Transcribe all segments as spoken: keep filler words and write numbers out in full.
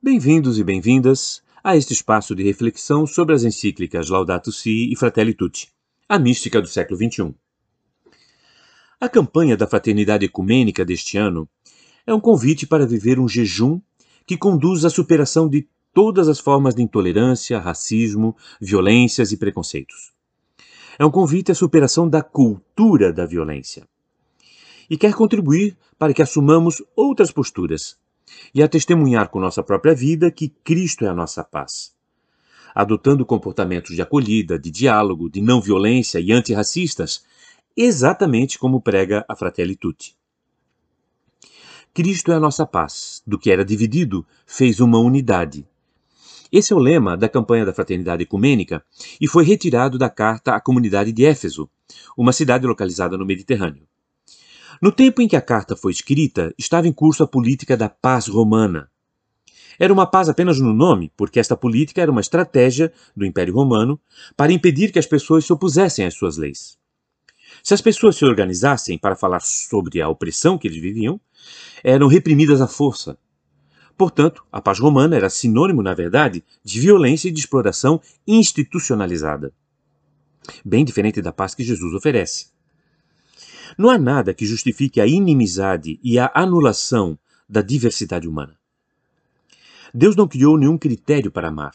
Bem-vindos e bem-vindas a este espaço de reflexão sobre as encíclicas Laudato Si e Fratelli Tutti, a mística do século vinte e um. A campanha da Fraternidade Ecumênica deste ano é um convite para viver um jejum que conduz à superação de todas as formas de intolerância, racismo, violências e preconceitos. É um convite à superação da cultura da violência. E quer contribuir para que assumamos outras posturas e a testemunhar com nossa própria vida que Cristo é a nossa paz, adotando comportamentos de acolhida, de diálogo, de não violência e antirracistas, exatamente como prega a Fratelli Tutti. Cristo é a nossa paz, do que era dividido, fez uma unidade. Esse é o lema da campanha da Fraternidade Ecumênica e foi retirado da carta à comunidade de Éfeso, uma cidade localizada no Mediterrâneo. No tempo em que a carta foi escrita, estava em curso a política da paz romana. Era uma paz apenas no nome, porque esta política era uma estratégia do Império Romano para impedir que as pessoas se opusessem às suas leis. Se as pessoas se organizassem para falar sobre a opressão que eles viviam, eram reprimidas à força. Portanto, a paz romana era sinônimo, na verdade, de violência e de exploração institucionalizada. Bem diferente da paz que Jesus oferece. Não há nada que justifique a inimizade e a anulação da diversidade humana. Deus não criou nenhum critério para amar.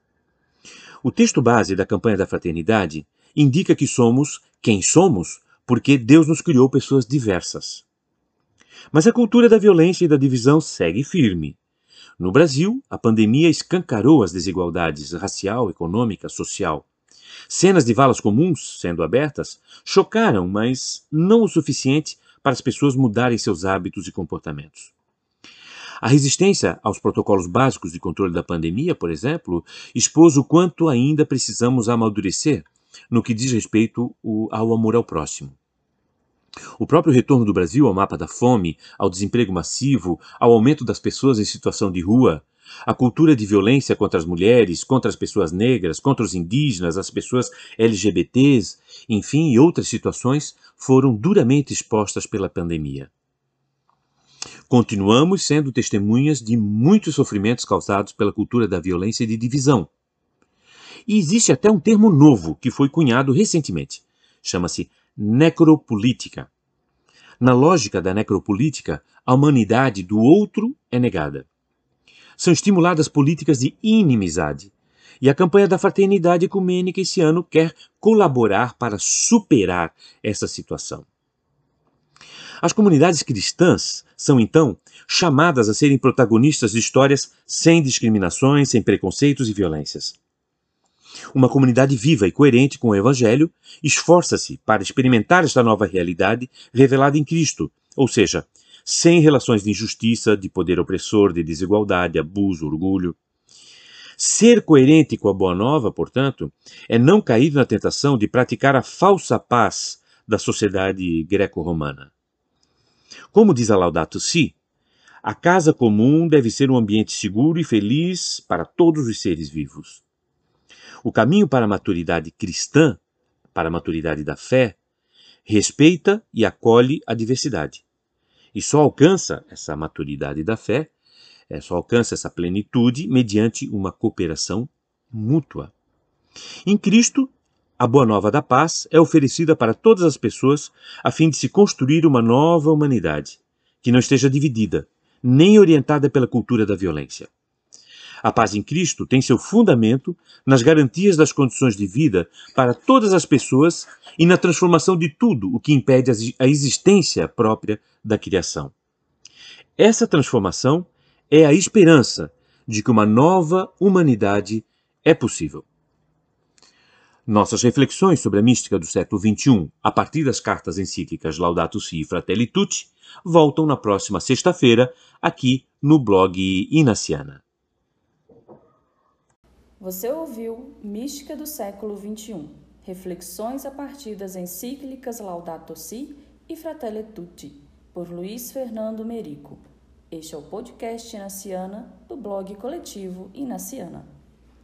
O texto base da campanha da fraternidade indica que somos quem somos porque Deus nos criou pessoas diversas. Mas a cultura da violência e da divisão segue firme. No Brasil, a pandemia escancarou as desigualdades racial, econômica, social. Cenas de valas comuns sendo abertas chocaram, mas não o suficiente para as pessoas mudarem seus hábitos e comportamentos. A resistência aos protocolos básicos de controle da pandemia, por exemplo, expôs o quanto ainda precisamos amadurecer no que diz respeito ao amor ao próximo. O próprio retorno do Brasil ao mapa da fome, ao desemprego massivo, ao aumento das pessoas em situação de rua, a cultura de violência contra as mulheres, contra as pessoas negras, contra os indígenas, as pessoas L G B Ts, enfim, e outras situações foram duramente expostas pela pandemia. Continuamos sendo testemunhas de muitos sofrimentos causados pela cultura da violência e de divisão. E existe até um termo novo que foi cunhado recentemente. Chama-se necropolítica. Na lógica da necropolítica, a humanidade do outro é negada. São estimuladas políticas de inimizade. E a campanha da Fraternidade Ecumênica esse ano quer colaborar para superar essa situação. As comunidades cristãs são, então, chamadas a serem protagonistas de histórias sem discriminações, sem preconceitos e violências. Uma comunidade viva e coerente com o Evangelho esforça-se para experimentar esta nova realidade revelada em Cristo, ou seja, sem relações de injustiça, de poder opressor, de desigualdade, abuso, orgulho. Ser coerente com a Boa Nova, portanto, é não cair na tentação de praticar a falsa paz da sociedade greco-romana. Como diz a Laudato Si, a casa comum deve ser um ambiente seguro e feliz para todos os seres vivos. O caminho para a maturidade cristã, para a maturidade da fé, respeita e acolhe a diversidade. E só alcança essa maturidade da fé, é, só alcança essa plenitude mediante uma cooperação mútua. Em Cristo, a Boa Nova da Paz é oferecida para todas as pessoas a fim de se construir uma nova humanidade, que não esteja dividida, nem orientada pela cultura da violência. A paz em Cristo tem seu fundamento nas garantias das condições de vida para todas as pessoas e na transformação de tudo o que impede a existência própria da criação. Essa transformação é a esperança de que uma nova humanidade é possível. Nossas reflexões sobre a mística do século vinte e um, a partir das cartas encíclicas Laudato Si e Fratelli Tutti, voltam na próxima sexta-feira, aqui no blog Inaciana. Você ouviu Mística do século vinte e um, reflexões a partir das encíclicas Laudato Si e Fratelli Tutti, por Luiz Fernando Merico. Este é o podcast Inaciana, do blog coletivo Inaciana.